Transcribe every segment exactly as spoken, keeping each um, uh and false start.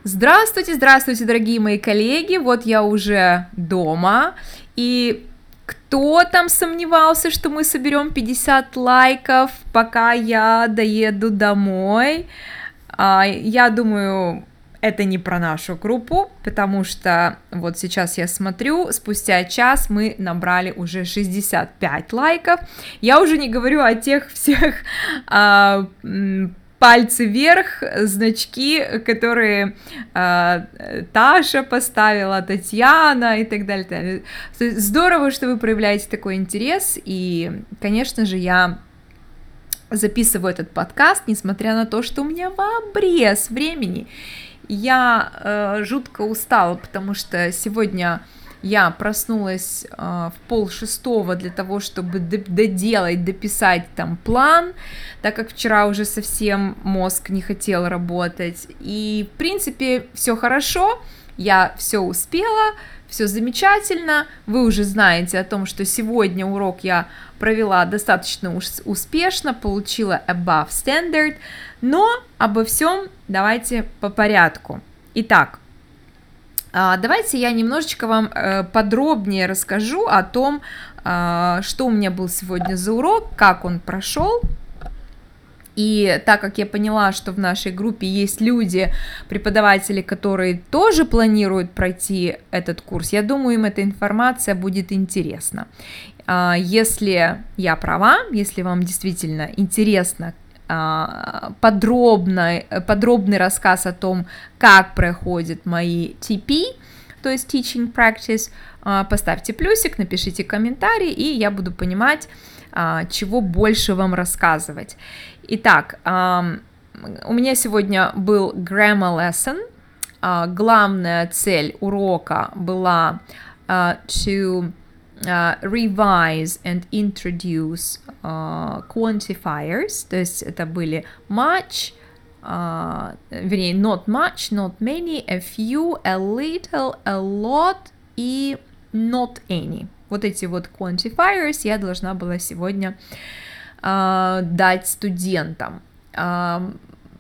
Здравствуйте, здравствуйте, дорогие мои коллеги, вот я уже дома, и кто там сомневался, что мы соберем пятьдесят лайков, пока я доеду домой? А, я думаю, это не про нашу группу, потому что вот сейчас я смотрю, спустя час мы набрали уже шестьдесят пять лайков. Я уже не говорю о тех всех а, пальцы вверх, значки, которые а, Таша поставила, Татьяна и так далее, так далее. Здорово, что вы проявляете такой интерес, и, конечно же, я записываю этот подкаст, несмотря на то, что у меня в обрез времени. Я э, жутко устала, потому что сегодня я проснулась э, в пол шестого для того, чтобы доделать, дописать там план, так как вчера уже совсем мозг не хотел работать. И, в принципе, все хорошо, я все успела, все замечательно. Вы уже знаете о том, что сегодня урок я провела достаточно успешно, получила above standard, но обо всем давайте по порядку. Итак, давайте я немножечко вам подробнее расскажу о том, что у меня был сегодня за урок, как он прошел. И так как я поняла, что в нашей группе есть люди, преподаватели, которые тоже планируют пройти этот курс, я думаю, им эта информация будет интересна. Если я права, если вам действительно интересно подробный, подробный рассказ о том, как проходят мои ти пи, то есть Teaching Practice, поставьте плюсик, напишите комментарий, и я буду понимать, чего больше вам рассказывать. Итак, у меня сегодня был grammar lesson. Главная цель урока была to revise and introduce quantifiers, то есть это были much, вернее, not much, not many, a few, a little, a lot и not any. Вот эти вот quantifiers я должна была сегодня uh, дать студентам. Uh,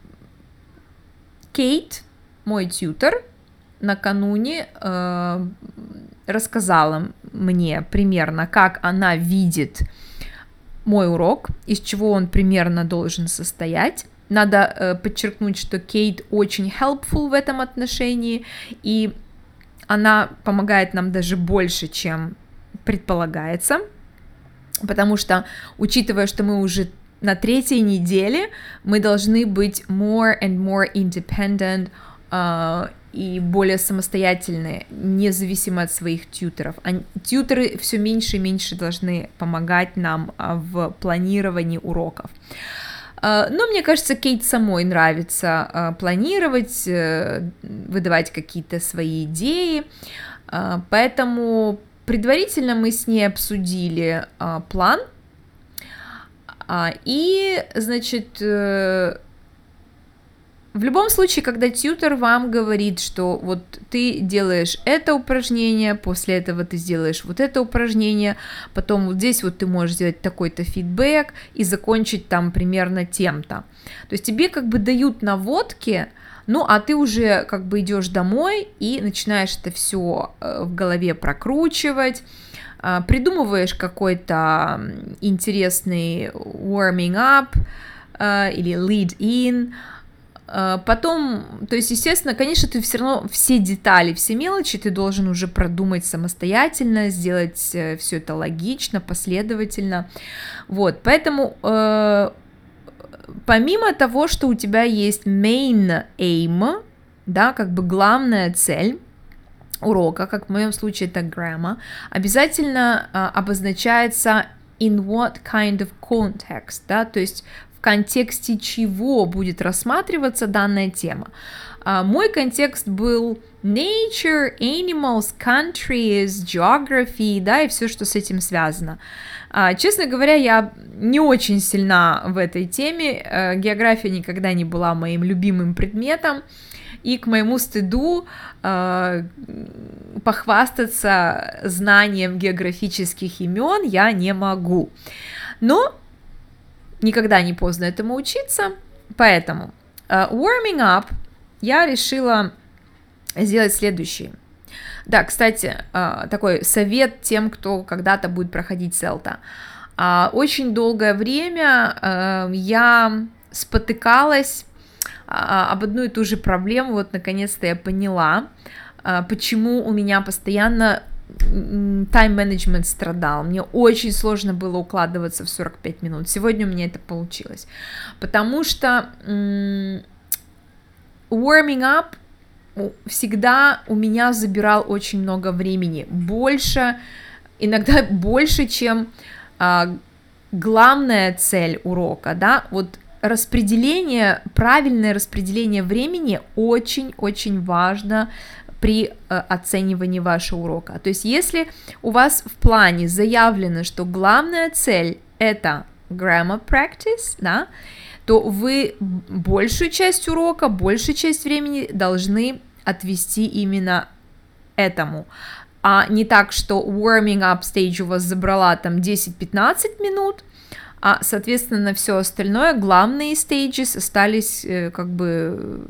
Кейт, мой тьютор, накануне uh, рассказала мне примерно, как она видит мой урок, из чего он примерно должен состоять. Надо uh, подчеркнуть, что Кейт очень helpful в этом отношении, и она помогает нам даже больше, чем предполагается, потому что, учитывая, что мы уже на третьей неделе, мы должны быть more and more independent uh, и более самостоятельные, независимо от своих тьюторов. А тьюторы все меньше и меньше должны помогать нам uh, в планировании уроков. Uh, но мне кажется, Кейт самой нравится uh, планировать, uh, выдавать какие-то свои идеи, uh, поэтому предварительно мы с ней обсудили uh, план, uh, и, значит, uh, в любом случае, когда тьютор вам говорит, что вот ты делаешь это упражнение, после этого ты сделаешь вот это упражнение, потом вот здесь вот ты можешь сделать такой-то фидбэк и закончить там примерно тем-то. То есть тебе как бы дают наводки, ну, а ты уже как бы идешь домой и начинаешь это все в голове прокручивать, придумываешь какой-то интересный warming up или lead in. Потом, то есть, естественно, конечно, ты все равно все детали, все мелочи ты должен уже продумать самостоятельно, сделать все это логично, последовательно. Вот, поэтому э, помимо того, что у тебя есть main aim, да, как бы главная цель урока, как в моем случае это grammar, обязательно э, обозначается in what kind of context, да, то есть в контексте чего будет рассматриваться данная тема. Uh, мой контекст был nature, animals, countries, geography, да, и все, что с этим связано. Uh, честно говоря, я не очень сильна в этой теме, uh, география никогда не была моим любимым предметом, и к моему стыду uh, похвастаться знанием географических имен я не могу. Но никогда не поздно этому учиться, поэтому uh, warming up я решила сделать следующее. Да, кстати, такой совет тем, кто когда-то будет проходить селта. Очень долгое время я спотыкалась об одну и ту же проблему, вот наконец-то я поняла, почему у меня постоянно тайм-менеджмент страдал. Мне очень сложно было укладываться в сорок пять минут. Сегодня у меня это получилось. Потому что м- warming up всегда у меня забирал очень много времени. Больше, иногда больше, чем а, главная цель урока, да, вот распределение, правильное распределение времени очень-очень важно при э, оценивании вашего урока. То есть, если у вас в плане заявлено, что главная цель это grammar practice, да, то вы большую часть урока, большую часть времени должны отвести именно этому. А не так, что warming up stage у вас забрала там десять-пятнадцать минут, а, соответственно, на все остальное главные stages остались э, как бы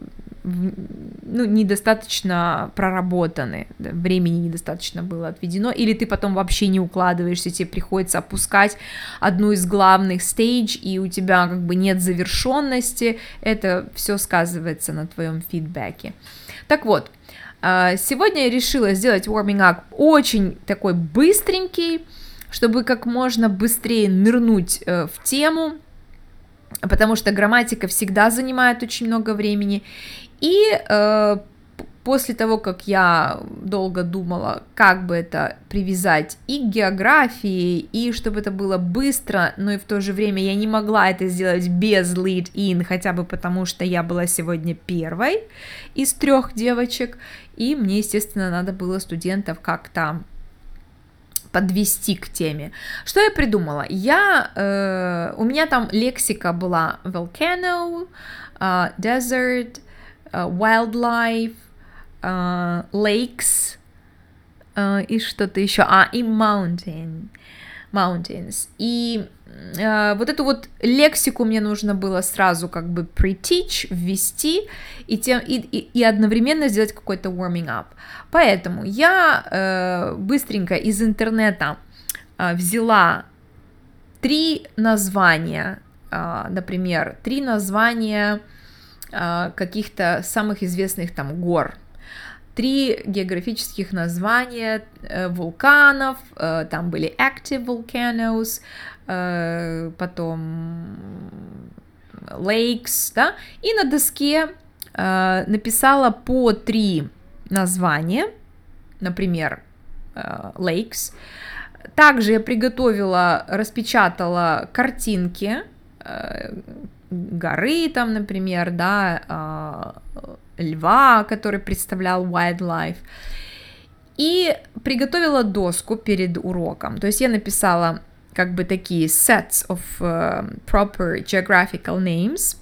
ну, недостаточно проработаны, да, времени недостаточно было отведено, или ты потом вообще не укладываешься, тебе приходится опускать одну из главных стейдж, и у тебя как бы нет завершенности, это все сказывается на твоем фидбэке. Так вот, сегодня я решила сделать warming up очень такой быстренький, чтобы как можно быстрее нырнуть в тему, потому что грамматика всегда занимает очень много времени. И э, после того, как я долго думала, как бы это привязать и к географии, и чтобы это было быстро, но и в то же время я не могла это сделать без lead-in, хотя бы потому, что я была сегодня первой из трех девочек, и мне, естественно, надо было студентов как-то подвести к теме. Что я придумала? Я, э, у меня там лексика была volcano, uh, desert, uh, wildlife, uh, lakes uh, и что-то еще, а, и mountain, mountains. И э, вот эту вот лексику мне нужно было сразу как бы pre-teach, ввести и, тем, и, и, и одновременно сделать какой-то warming up. Поэтому я э, быстренько из интернета э, взяла три названия, э, например, три названия э, каких-то самых известных там гор, три географических названия э, вулканов, э, там были active volcanoes, э, потом lakes, да, и на доске э, написала по три названия, например, э, lakes. Также я приготовила, распечатала картинки э, горы, там, например, да, э, льва, который представлял wildlife, и приготовила доску перед уроком. То есть я написала как бы такие sets of uh, proper geographical names,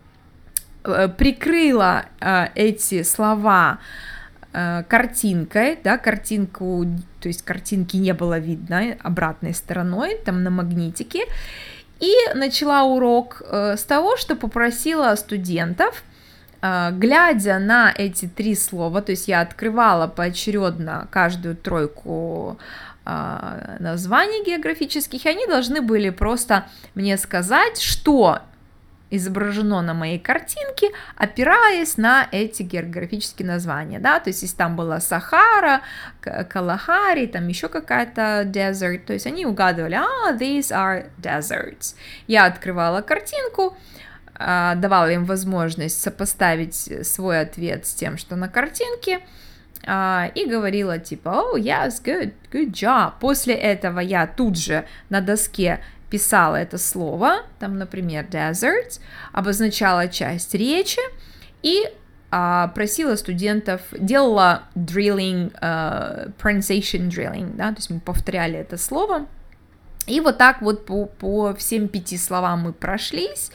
uh, прикрыла uh, эти слова uh, картинкой, да, картинку, то есть картинки не было видно обратной стороной, там на магнитике, и начала урок uh, с того, что попросила студентов, глядя на эти три слова, то есть я открывала поочередно каждую тройку э, названий географических, и они должны были просто мне сказать, что изображено на моей картинке, опираясь на эти географические названия, да, то есть если там была Сахара, Калахари, там еще какая-то desert, то есть они угадывали, а, these are deserts. Я открывала картинку, давала им возможность сопоставить свой ответ с тем, что на картинке, и говорила типа, oh, yes, good, good job. После этого я тут же на доске писала это слово, там, например, desert, обозначала часть речи и просила студентов, делала drilling, uh, pronunciation drilling, да, то есть мы повторяли это слово, и вот так вот по, по всем пяти словам мы прошлись.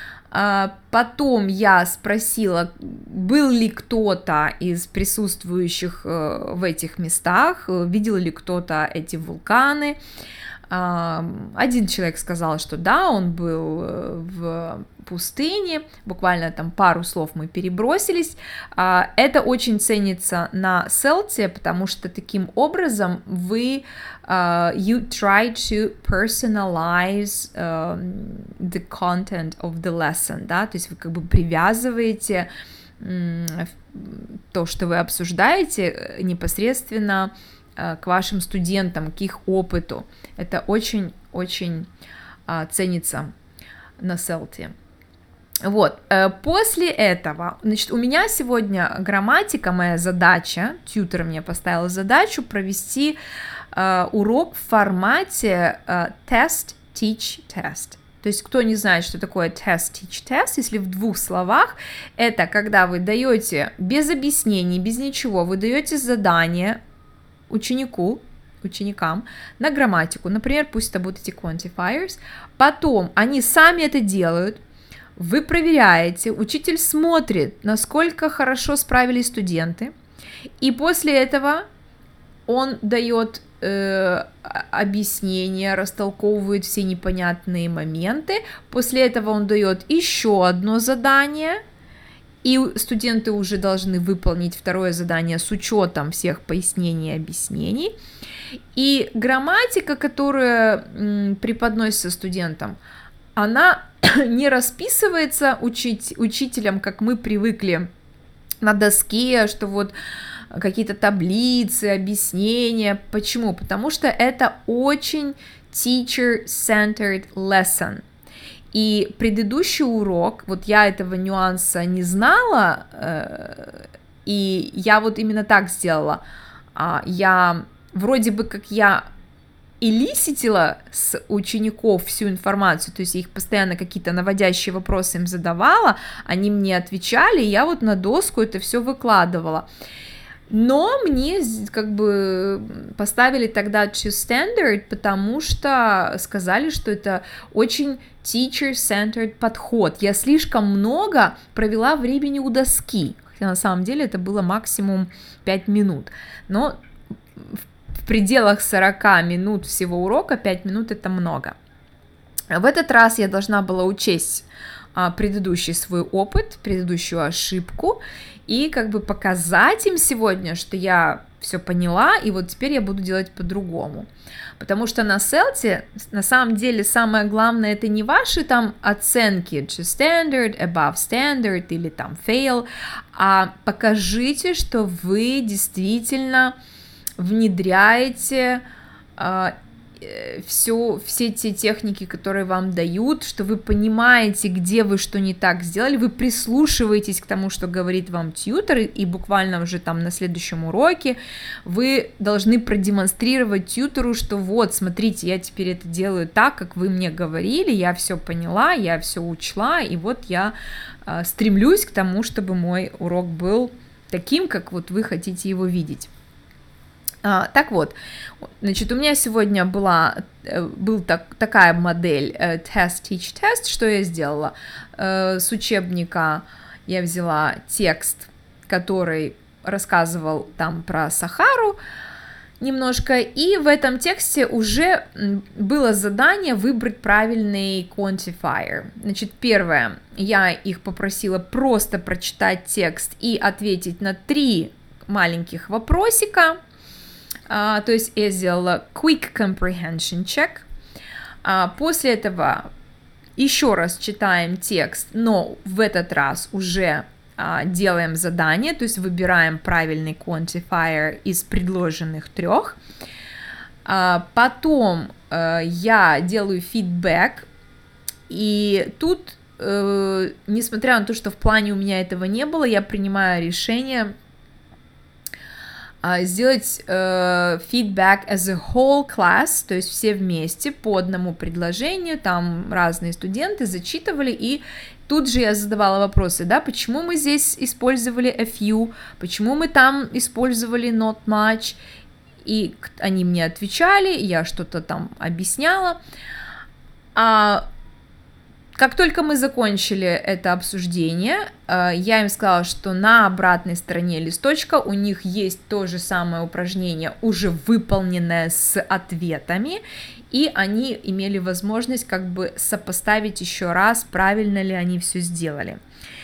Потом я спросила, был ли кто-то из присутствующих в этих местах, видел ли кто-то эти вулканы. Один человек сказал, что да, он был в пустыне, буквально там пару слов мы перебросились. Это очень ценится на селте, потому что таким образом вы you try to personalize the content of the lesson, да, то есть вы как бы привязываете то, что вы обсуждаете, непосредственно к вашим студентам, к их опыту. Это очень-очень а, ценится на селте. Вот, после этого, значит, у меня сегодня грамматика, моя задача, тьютер мне поставил задачу провести а, урок в формате а, test, teach, test. То есть, кто не знает, что такое test, teach, test, если в двух словах, это когда вы даете без объяснений, без ничего, вы даете задание ученику, ученикам на грамматику, например, пусть это будут эти quantifiers, потом они сами это делают, вы проверяете, учитель смотрит, насколько хорошо справились студенты, и после этого он дает э, объяснение, растолковывает все непонятные моменты, после этого он дает еще одно задание, и студенты уже должны выполнить второе задание с учетом всех пояснений и объяснений. И грамматика, которая м, преподносится студентам, она не расписывается учить, учителем, как мы привыкли на доске, что вот какие-то таблицы, объяснения. Почему? Потому что это очень teacher-centered lesson. И предыдущий урок, вот я этого нюанса не знала, э, и я вот именно так сделала. А, я вроде бы как я элиситила с учеников всю информацию, то есть я их постоянно какие-то наводящие вопросы им задавала, они мне отвечали, и я вот на доску это все выкладывала. Но мне как бы поставили тогда to standard, потому что сказали, что это очень teacher-centered подход. Я слишком много провела времени у доски, хотя на самом деле это было максимум пять минут. Но в пределах сорок минут всего урока пять минут это много. В этот раз я должна была учесть предыдущий свой опыт, предыдущую ошибку, и как бы показать им сегодня, что я все поняла, и вот теперь я буду делать по-другому. Потому что на селте, на самом деле, самое главное, это не ваши там оценки, to standard, above standard или там fail, а покажите, что вы действительно внедряете э, все, все те техники, которые вам дают, что вы понимаете, где вы что не так сделали, вы прислушиваетесь к тому, что говорит вам тьютер, и буквально уже там на следующем уроке вы должны продемонстрировать тьютеру, что вот, смотрите, я теперь это делаю так, как вы мне говорили, я все поняла, я все учла, и вот я э, стремлюсь к тому, чтобы мой урок был таким, как вот вы хотите его видеть. А, так вот, значит, у меня сегодня была был так, такая модель test, teach, test. Что я сделала? С учебника я взяла текст, который рассказывал там про Сахару немножко, и в этом тексте уже было задание выбрать правильный quantifier. Значит, первое, я их попросила просто прочитать текст и ответить на три маленьких вопросика. Uh, то есть я сделала quick comprehension check. Uh, после этого еще раз читаем текст, но в этот раз уже uh, делаем задание, то есть выбираем правильный quantifier из предложенных трех. Uh, потом uh, я делаю фидбэк, и тут, uh, несмотря на то, что в плане у меня этого не было, я принимаю решение сделать э, feedback as a whole class, то есть все вместе по одному предложению, там разные студенты зачитывали, и тут же я задавала вопросы, да, почему мы здесь использовали a few, почему мы там использовали not much, и они мне отвечали, я что-то там объясняла. А Как только мы закончили это обсуждение, я им сказала, что на обратной стороне листочка у них есть то же самое упражнение, уже выполненное с ответами, и они имели возможность как бы сопоставить еще раз, правильно ли они все сделали.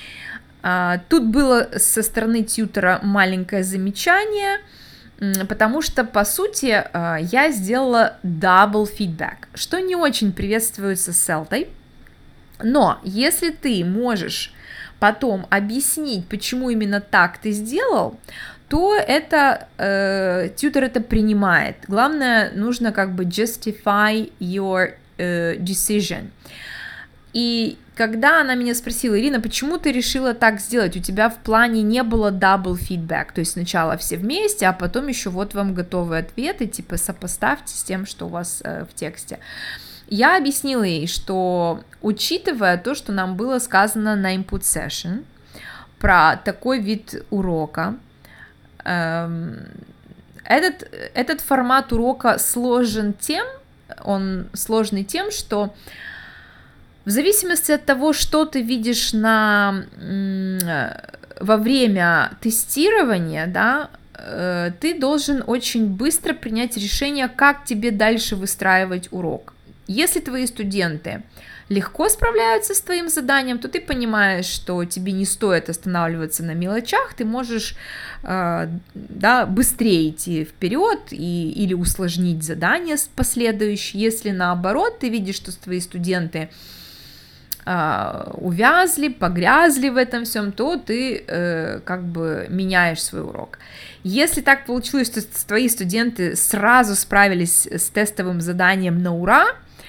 Тут было со стороны тьютера маленькое замечание, потому что, по сути, я сделала double feedback, что не очень приветствуется Селтой. Но если ты можешь потом объяснить, почему именно так ты сделал, то это э, тьютер это принимает. Главное, нужно как бы justify your э, decision. И когда она меня спросила: Ирина, почему ты решила так сделать? У тебя в плане не было double feedback, то есть сначала все вместе, а потом еще вот вам готовые ответы, типа сопоставьте с тем, что у вас э, в тексте. Я объяснила ей, что, учитывая то, что нам было сказано на input session про такой вид урока, эм, этот, этот формат урока сложен тем, он сложный тем, что в зависимости от того, что ты видишь на, во время тестирования, да, э, ты должен очень быстро принять решение, как тебе дальше выстраивать урок. Если твои студенты легко справляются с твоим заданием, то ты понимаешь, что тебе не стоит останавливаться на мелочах, ты можешь э, да, быстрее идти вперед и, или усложнить задание последующее. Если наоборот, ты видишь, что твои студенты э, увязли, погрязли в этом всем, то ты э, как бы меняешь свой урок. Если так получилось, что твои студенты сразу справились с тестовым заданием на ура,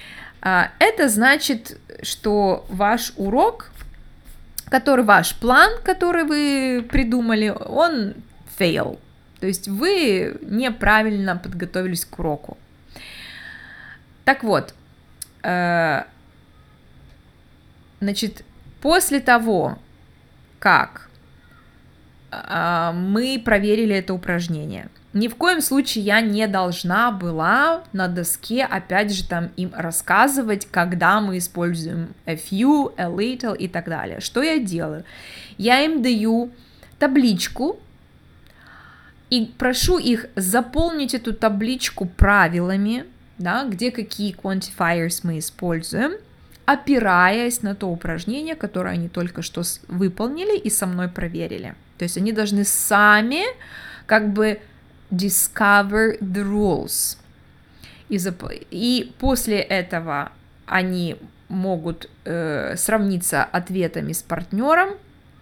это значит, что ваш урок, который ваш план, который вы придумали, он fail. То есть вы неправильно подготовились к уроку. Так вот, значит, после того, как мы проверили это упражнение, ни в коем случае я не должна была на доске опять же там им рассказывать, когда мы используем a few, a little и так далее. Что я делаю? Я им даю табличку и прошу их заполнить эту табличку правилами, да, где какие quantifiers мы используем, опираясь на то упражнение, которое они только что выполнили и со мной проверили. То есть они должны сами как бы discover the rules. И, зап- и после этого они могут э, сравниться ответами с партнером.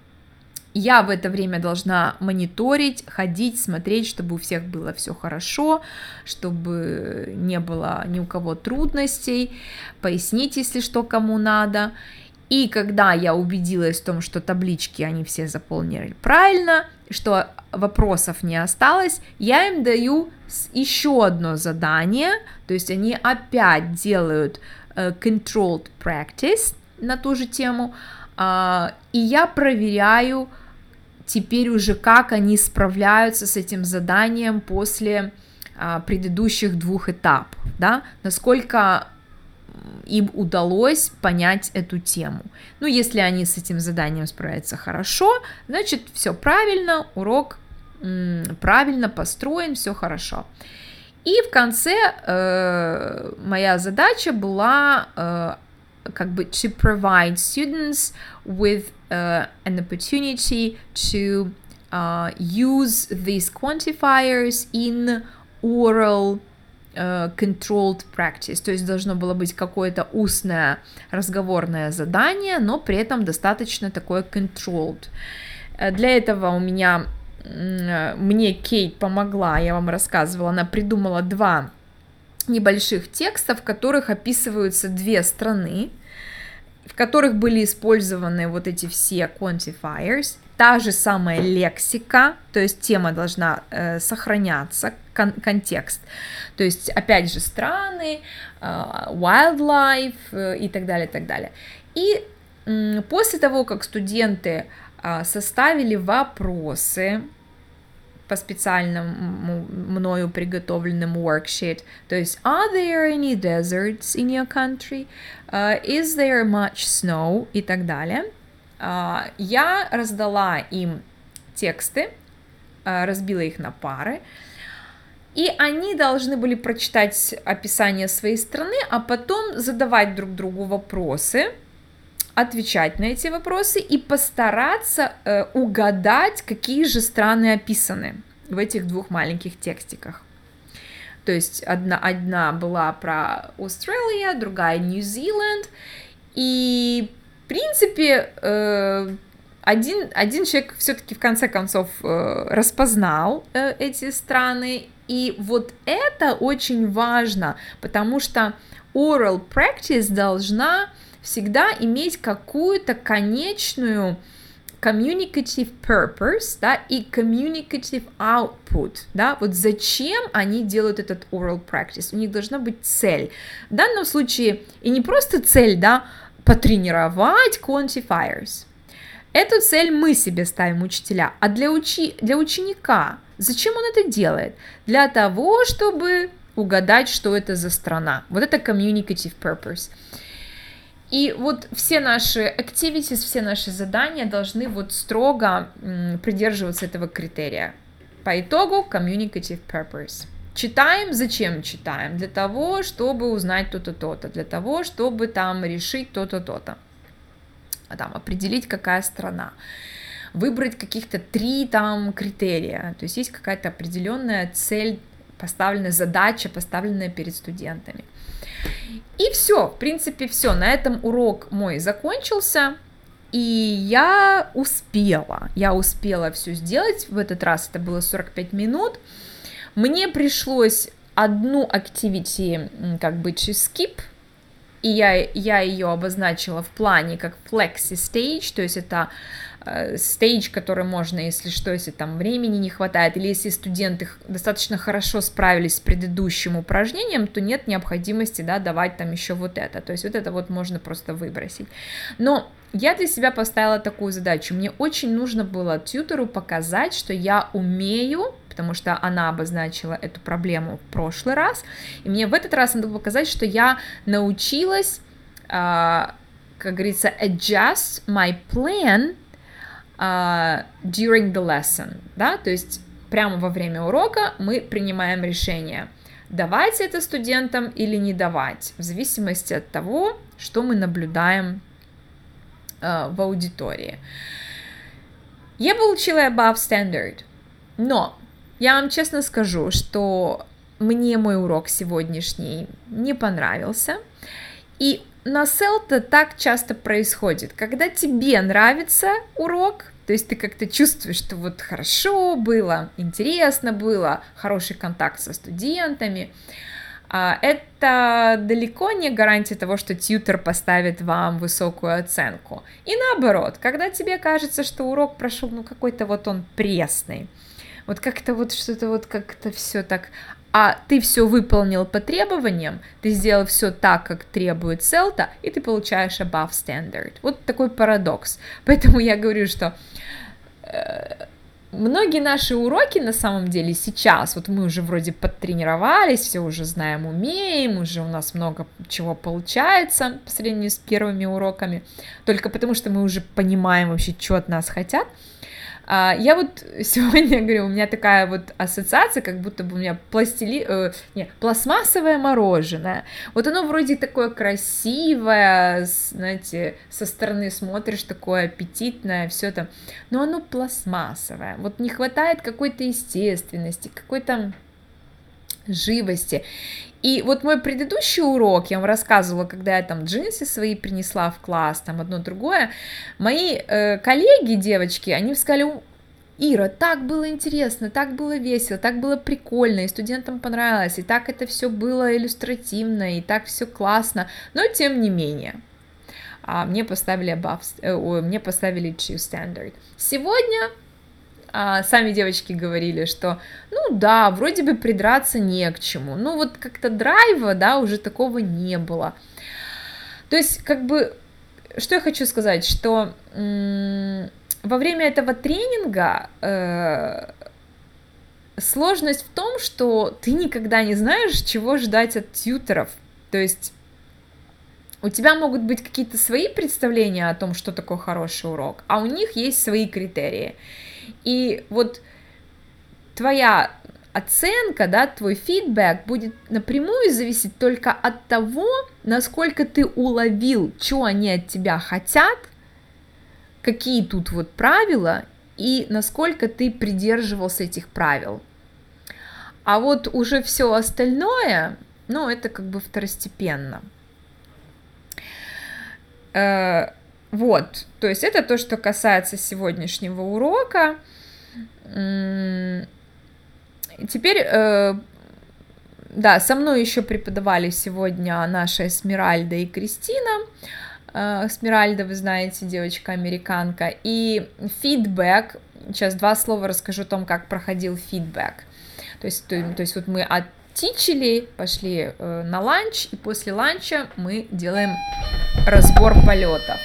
Я в это время должна мониторить, ходить, смотреть, чтобы у всех было все хорошо, чтобы не было ни у кого трудностей, пояснить, если что, кому надо. И когда я убедилась в том, что таблички они все заполнили правильно, что вопросов не осталось, я им даю еще одно задание, то есть они опять делают uh, controlled practice на ту же тему, uh, и я проверяю теперь уже, как они справляются с этим заданием после uh, предыдущих двух этапов, да, насколько им удалось понять эту тему. Ну, если они с этим заданием справятся хорошо, значит, все правильно, урок м, правильно построен, все хорошо. И в конце э, моя задача была э, как бы to provide students with uh, an opportunity to uh, use these quantifiers in oral controlled practice, то есть должно было быть какое-то устное разговорное задание, но при этом достаточно такое controlled. Для этого у меня, мне Кейт помогла, я вам рассказывала, она придумала два небольших текста, в которых описываются две страны, в которых были использованы вот эти все quantifiers, та же самая лексика, то есть тема должна э, сохраняться, кон- контекст, то есть опять же страны, э, wildlife э, и так далее, и так далее. И э, после того, как студенты э, составили вопросы по специальному мною приготовленному worksheet. То есть, are there any deserts in your country? Uh, is there much snow? И так далее. Uh, я раздала им тексты, uh, разбила их на пары, и они должны были прочитать описание своей страны, а потом задавать друг другу вопросы, отвечать на эти вопросы и постараться э, угадать, какие же страны описаны в этих двух маленьких текстиках. То есть одна, одна была про Австралию, другая Нью-Зеланд, и в принципе э, один, один человек все-таки в конце концов э, распознал э, эти страны, и вот это очень важно, потому что oral practice должна всегда иметь какую-то конечную communicative purpose, да, и communicative output, да, вот зачем они делают этот oral practice, у них должна быть цель. В данном случае и не просто цель, да, потренировать quantifiers. Эту цель мы себе ставим, учителя, а для, учи... для ученика зачем он это делает? Для того, чтобы угадать, что это за страна. Вот это communicative purpose. И вот все наши activities, все наши задания должны вот строго м, придерживаться этого критерия. По итогу communicative purpose. Читаем, зачем читаем? Для того, чтобы узнать то-то, то-то, для того, чтобы там решить то-то, то-то, а там определить, какая страна, выбрать каких-то три там критерия, то есть есть какая-то определенная цель, поставленная задача, поставленная перед студентами. И все, в принципе, все. На этом урок мой закончился, и я успела, я успела все сделать. В этот раз это было сорок пять минут. Мне пришлось одну activity как бы skip, и я, я ее обозначила в плане как flexi stage, то есть это стейдж, который можно, если что, если там времени не хватает, или если студенты достаточно хорошо справились с предыдущим упражнением, то нет необходимости, да, давать там еще вот это, то есть вот это вот можно просто выбросить. Но я для себя поставила такую задачу, мне очень нужно было тьютору показать, что я умею, потому что она обозначила эту проблему в прошлый раз, и мне в этот раз надо было показать, что я научилась, как говорится, adjust my plan Uh, during the lesson, да, то есть прямо во время урока мы принимаем решение, давать это студентам или не давать, в зависимости от того, что мы наблюдаем uh, в аудитории. Я получила above standard, но я вам честно скажу, что мне мой урок сегодняшний не понравился, и на селто так часто происходит, когда тебе нравится урок, то есть ты как-то чувствуешь, что вот хорошо было, интересно было, хороший контакт со студентами, это далеко не гарантия того, что тьютор поставит вам высокую оценку. И наоборот, когда тебе кажется, что урок прошел, ну какой-то вот он пресный, вот как-то вот что-то вот как-то все так... а ты все выполнил по требованиям, ты сделал все так, как требует селто, и ты получаешь above standard. Вот такой парадокс. Поэтому я говорю, что э, многие наши уроки на самом деле сейчас, вот мы уже вроде подтренировались, все уже знаем, умеем, уже у нас много чего получается по сравнению с первыми уроками, только потому что мы уже понимаем вообще, что от нас хотят. Я вот сегодня говорю, у меня такая вот ассоциация, как будто бы у меня пластили... э, не, пластмассовое мороженое. Вот оно вроде такое красивое, знаете, со стороны смотришь, такое аппетитное, все там, но оно пластмассовое. Вот не хватает какой-то естественности, какой-то живости. И вот мой предыдущий урок, я вам рассказывала, когда я там джинсы свои принесла в класс, там одно другое, мои э, коллеги, девочки, они сказали: Ира, так было интересно, так было весело, так было прикольно, и студентам понравилось, и так это все было иллюстративно, и так все классно, но тем не менее. А мне поставили above, э, мне поставили two standard. Сегодня А, сами девочки говорили, что, ну да, вроде бы придраться не к чему, ну вот как-то драйва, да, уже такого не было. То есть, как бы, что я хочу сказать, что м- во время этого тренинга э- сложность в том, что ты никогда не знаешь, чего ждать от тьюторов. То есть у тебя могут быть какие-то свои представления о том, что такое хороший урок, а у них есть свои критерии. И вот твоя оценка, да, твой фидбэк будет напрямую зависеть только от того, насколько ты уловил, что они от тебя хотят, какие тут вот правила, и насколько ты придерживался этих правил. А вот уже все остальное, ну, это как бы второстепенно. Э, вот, то есть это то, что касается сегодняшнего урока. Теперь, э, да, со мной еще преподавали сегодня наша Эсмеральда и Кристина. Э, Эсмеральда, вы знаете, девочка-американка. И фидбэк, сейчас два слова расскажу о том, как проходил фидбэк. То есть, то, то есть вот мы оттичили, пошли э, на ланч, и после ланча мы делаем разбор полетов.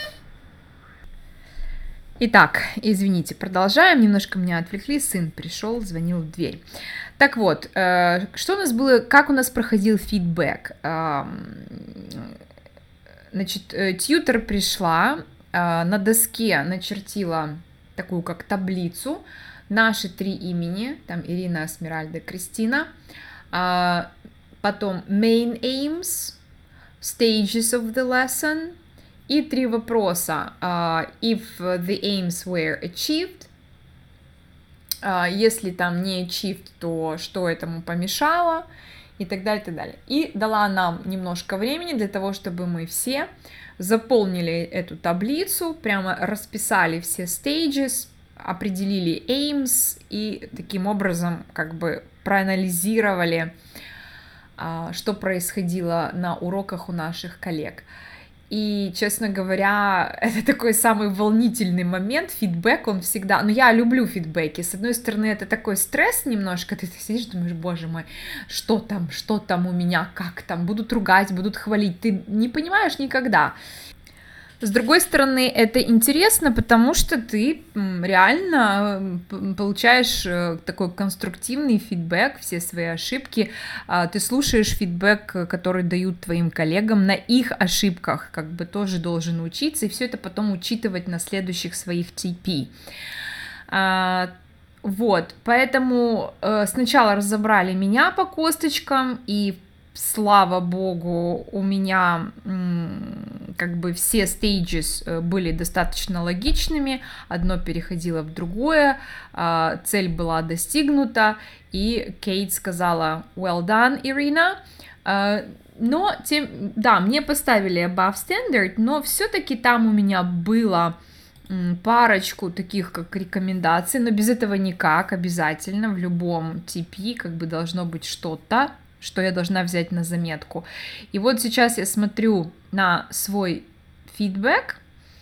Итак, извините, продолжаем. Немножко меня отвлекли, сын пришел, звонил в дверь. Так вот, э, что у нас было, как у нас проходил фидбэк? Э, значит, э, тьютер пришла, э, на доске начертила такую как таблицу, наши три имени, там Ирина, Эсмеральда, Кристина, э, потом main aims, stages of the lesson, и три вопроса. Uh, if the aims were achieved, uh, если там не achieved, то что этому помешало, и так далее, и так далее. И дала нам немножко времени для того, чтобы мы все заполнили эту таблицу, прямо расписали все stages, определили aims и таким образом как бы проанализировали, uh, что происходило на уроках у наших коллег. И, честно говоря, это такой самый волнительный момент, фидбэк, он всегда... Ну, я люблю фидбэки. С одной стороны, это такой стресс немножко, ты, ты сидишь, думаешь, боже мой, что там, что там у меня, как там, будут ругать, будут хвалить, ты не понимаешь никогда. С другой стороны, это интересно, потому что ты реально получаешь такой конструктивный фидбэк, все свои ошибки, ты слушаешь фидбэк, который дают твоим коллегам на их ошибках, как бы тоже должен учиться, и все это потом учитывать на следующих своих ти пи. Вот, поэтому сначала разобрали меня по косточкам, и слава богу, у меня как бы все stages были достаточно логичными, одно переходило в другое, цель была достигнута, и Кейт сказала well done, Ирина. Но, тем, да, мне поставили above standard, но все-таки там у меня было парочку таких как рекомендаций, но без этого никак, обязательно в любом ти пи как бы должно быть что-то, что я должна взять на заметку. И вот сейчас я смотрю на свой фидбэк.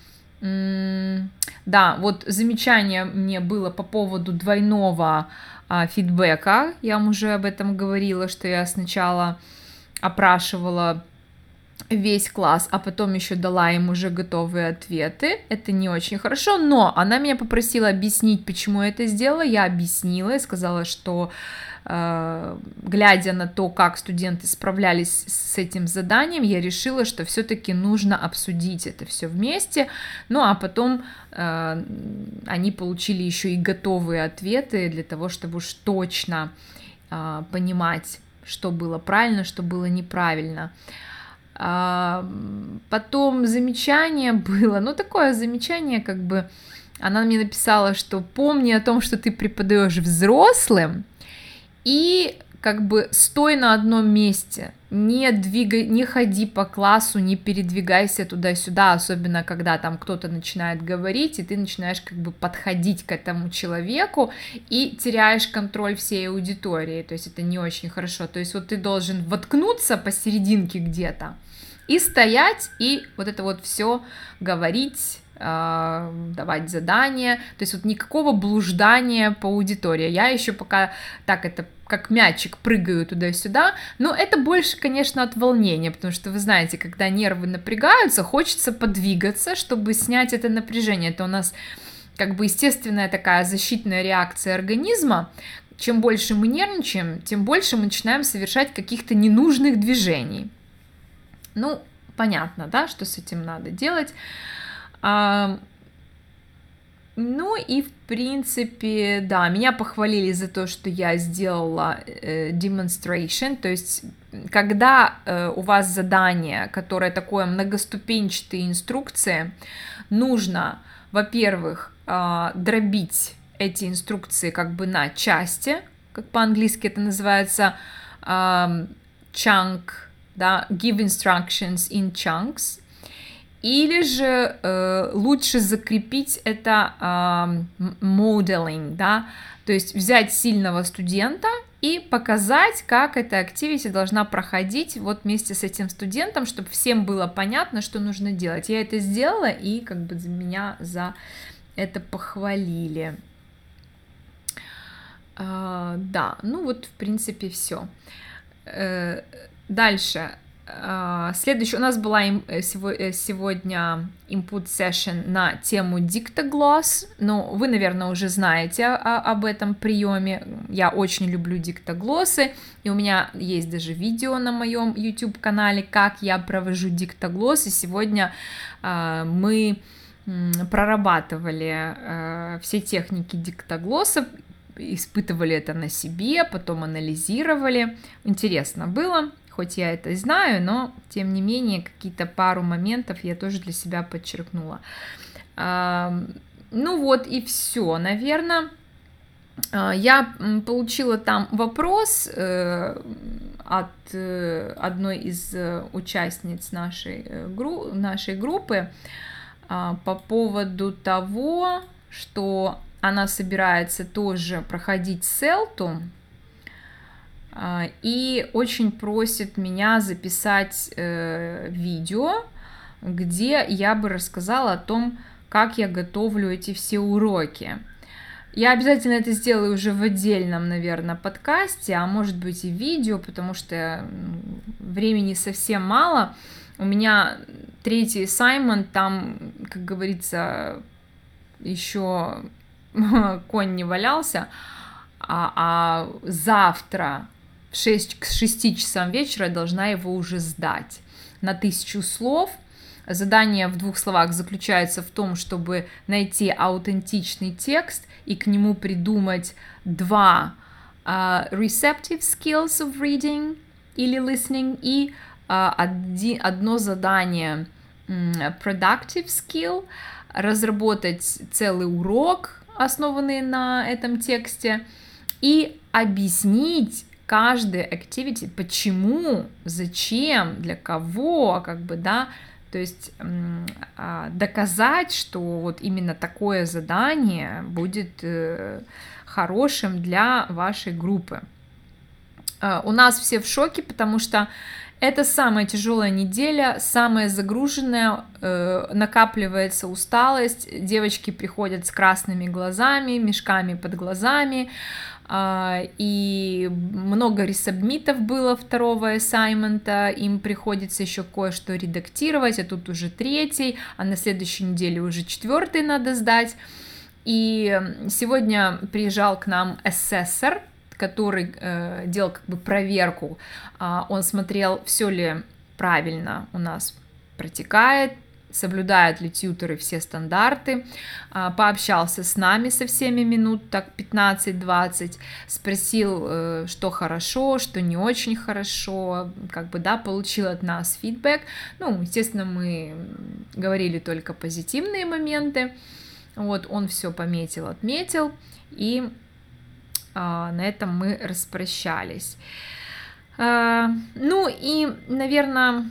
Да, вот замечание мне было по поводу двойного а, фидбэка. Я вам уже об этом говорила, что я сначала опрашивала весь класс, а потом еще дала им уже готовые ответы. Это не очень хорошо, но она меня попросила объяснить, почему я это сделала. Я объяснила и сказала, что э, глядя на то, как студенты справлялись с этим заданием, я решила, что все-таки нужно обсудить это все вместе. Ну а потом э, они получили еще и готовые ответы для того, чтобы уж точно э, понимать, что было правильно, что было неправильно. Потом замечание было, ну такое замечание, как бы она мне написала, что помни о том, что ты преподаешь взрослым, и как бы стой на одном месте, не двигай, не ходи по классу, не передвигайся туда-сюда, особенно когда там кто-то начинает говорить, и ты начинаешь как бы подходить к этому человеку и теряешь контроль всей аудитории, то есть это не очень хорошо, то есть вот ты должен воткнуться посерединке где-то и стоять, и вот это вот все говорить, давать задания, то есть вот никакого блуждания по аудитории. Я еще пока так это как мячик прыгаю туда-сюда, но это больше, конечно, от волнения, потому что вы знаете, когда нервы напрягаются, хочется подвигаться, чтобы снять это напряжение. Это у нас как бы естественная такая защитная реакция организма, чем больше мы нервничаем, тем больше мы начинаем совершать каких-то ненужных движений. Ну, понятно, да, что с этим надо делать. А, ну и, в принципе, да, меня похвалили за то, что я сделала э, demonstration, то есть когда э, у вас задание, которое такое многоступенчатые инструкции, нужно, во-первых, э, дробить эти инструкции как бы на части, как по-английски это называется, э, chunk, да, give instructions in chunks, или же э, лучше закрепить это э, modeling, да, то есть взять сильного студента и показать, как эта activity должна проходить вот вместе с этим студентом, чтобы всем было понятно, что нужно делать. Я это сделала, и как бы меня за это похвалили. Э, да, ну вот, в принципе, все. Э, дальше. Следующий у нас была сегодня input session на тему диктоглосс. Ну, вы, наверное, уже знаете об этом приеме. Я очень люблю диктоглоссы, и у меня есть даже видео на моем YouTube-канале, как я провожу диктоглосс. И сегодня мы прорабатывали все техники диктоглоссов, испытывали это на себе, потом анализировали. Интересно было. Хоть я это и знаю, но, тем не менее, какие-то пару моментов я тоже для себя подчеркнула. Ну вот и все, наверное. Я получила там вопрос от одной из участниц нашей, гру- нашей группы по поводу того, что она собирается тоже проходить селту, и очень просит меня записать э, видео, где я бы рассказала о том, как я готовлю эти все уроки. Я обязательно это сделаю уже в отдельном, наверное, подкасте, а может быть и видео, потому что времени совсем мало. У меня третий assignment, там, как говорится, еще конь не валялся, а, а завтра в шесть, к шести часам вечера я должна его уже сдать на тысячу слов. Задание в двух словах заключается в том, чтобы найти аутентичный текст и к нему придумать два uh, receptive skills of reading или listening и uh, один, одно задание um, productive skill, разработать целый урок, основанный на этом тексте, и объяснить каждый activity, почему, зачем, для кого, как бы, да, то есть доказать, что вот именно такое задание будет хорошим для вашей группы. У нас все в шоке, потому что это самая тяжелая неделя, самая загруженная, накапливается усталость, девочки приходят с красными глазами, мешками под глазами, и много ресабмитов было второго ассаймента, им приходится еще кое-что редактировать, а тут уже третий, а на следующей неделе уже четвертый надо сдать. И сегодня приезжал к нам assessor, который э, делал как бы проверку, э, он смотрел, все ли правильно у нас протекает, соблюдают ли тьюторы все стандарты, пообщался с нами со всеми минут так пятнадцать-двадцать, спросил, что хорошо, что не очень хорошо, как бы, да, получил от нас фидбэк. Ну, естественно, мы говорили только позитивные моменты, вот, он все пометил, отметил, и а, на этом мы распрощались. А, ну и, наверное,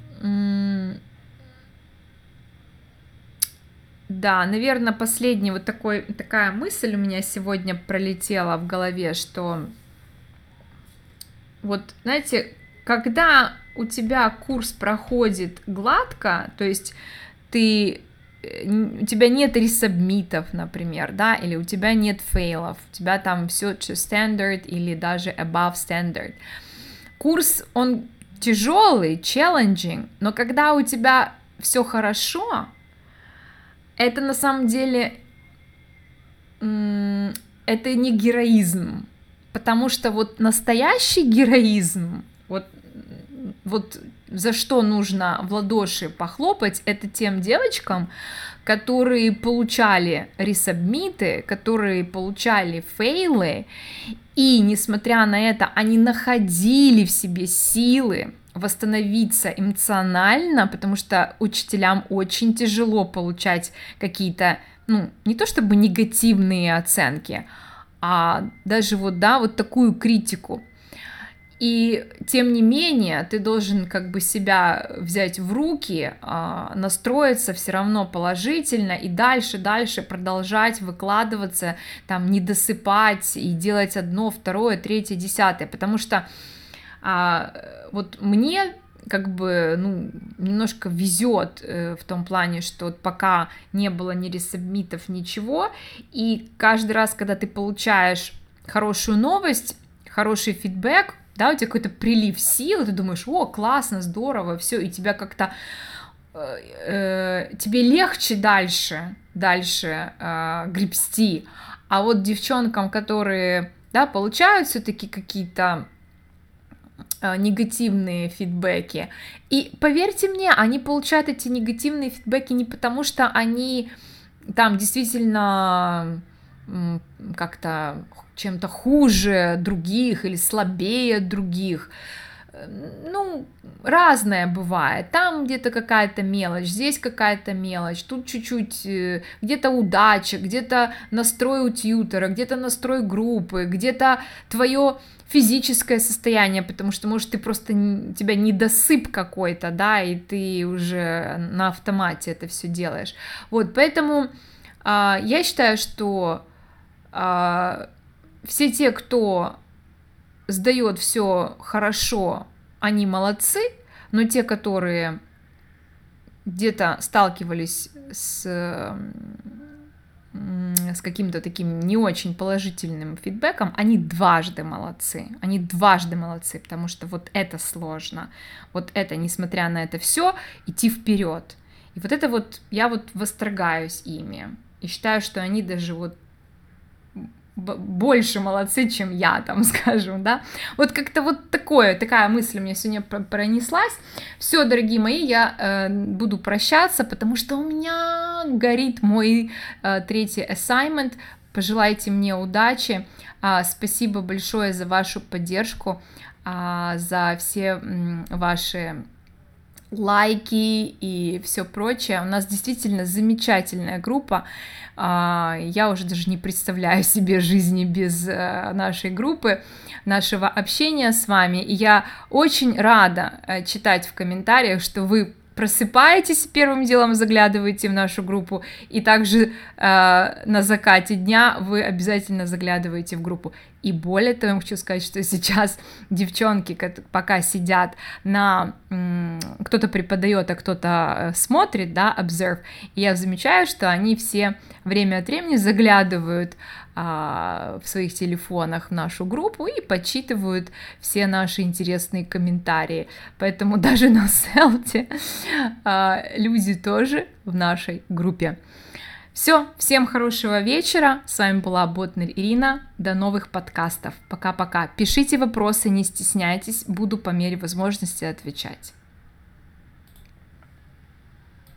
да, наверное, последняя вот такой, такая мысль у меня сегодня пролетела в голове, что вот, знаете, когда у тебя курс проходит гладко, то есть ты, у тебя нет ресабмитов, например, да, или у тебя нет фейлов, у тебя там все standard или даже above standard. Курс, он тяжелый, challenging, но когда у тебя все хорошо, это на самом деле, это не героизм, Потому что вот настоящий героизм, вот, вот за что нужно в ладоши похлопать, это тем девочкам, которые получали ресабмиты, которые получали фейлы, и, несмотря на это, они находили в себе силы восстановиться эмоционально, потому что учителям очень тяжело получать какие-то, ну, не то чтобы негативные оценки, а даже вот, да, вот такую критику. И тем не менее, ты должен как бы себя взять в руки, настроиться все равно положительно и дальше, дальше продолжать выкладываться, там, не досыпать и делать одно, второе, третье, десятое, потому что а, вот мне как бы, ну, немножко везет э, в том плане, что вот пока не было ни ресабмитов, ничего, и каждый раз, когда ты получаешь хорошую новость, хороший фидбэк, да, у тебя какой-то прилив сил, и ты думаешь, о, классно, здорово, все, и тебя как-то, э, э, тебе легче дальше, дальше э, гребсти, а вот девчонкам, которые, да, получают все-таки какие-то негативные фидбэки. И поверьте мне, они получают эти негативные фидбэки не потому, что они там действительно как-то чем-то хуже других или слабее других. Ну, разное бывает. Там где-то какая-то мелочь, здесь какая-то мелочь, тут чуть-чуть где-то удача, где-то настрой у тьютера, где-то настрой группы, где-то твое физическое состояние, потому что, может, ты просто, у тебя недосып какой-то, да, и ты уже на автомате это все делаешь. Вот, поэтому э, я считаю, что э, все те, кто сдает все хорошо, они молодцы, но те, которые где-то сталкивались с, с каким-то таким не очень положительным фидбэком, они дважды молодцы, они дважды молодцы, потому что вот это сложно, вот это, несмотря на это все, идти вперед. И вот это вот, я вот восторгаюсь ими, и считаю, что они даже вот больше молодцы, чем я, там, скажем, да, вот как-то вот такое, такая мысль у меня сегодня пронеслась. Все, дорогие мои, я э, буду прощаться, потому что у меня горит мой э, третий assignment. Пожелайте мне удачи, э, спасибо большое за вашу поддержку, э, за все э, ваши лайки и все прочее. У нас действительно замечательная группа. Я уже даже не представляю себе жизни без нашей группы, нашего общения с вами. И я очень рада читать в комментариях, что вы просыпаетесь, первым делом заглядываете в нашу группу, и также э, на закате дня вы обязательно заглядываете в группу. И более того, я хочу сказать, что сейчас девчонки пока сидят на... М- кто-то преподает, а кто-то смотрит, да, observe, и я замечаю, что они все время от времени заглядывают в своих телефонах в нашу группу и подсчитывают все наши интересные комментарии. Поэтому даже на селте люди тоже в нашей группе. Все, всем хорошего вечера. С вами была Ботнер Ирина. До новых подкастов. Пока-пока. Пишите вопросы, не стесняйтесь. Буду по мере возможности отвечать.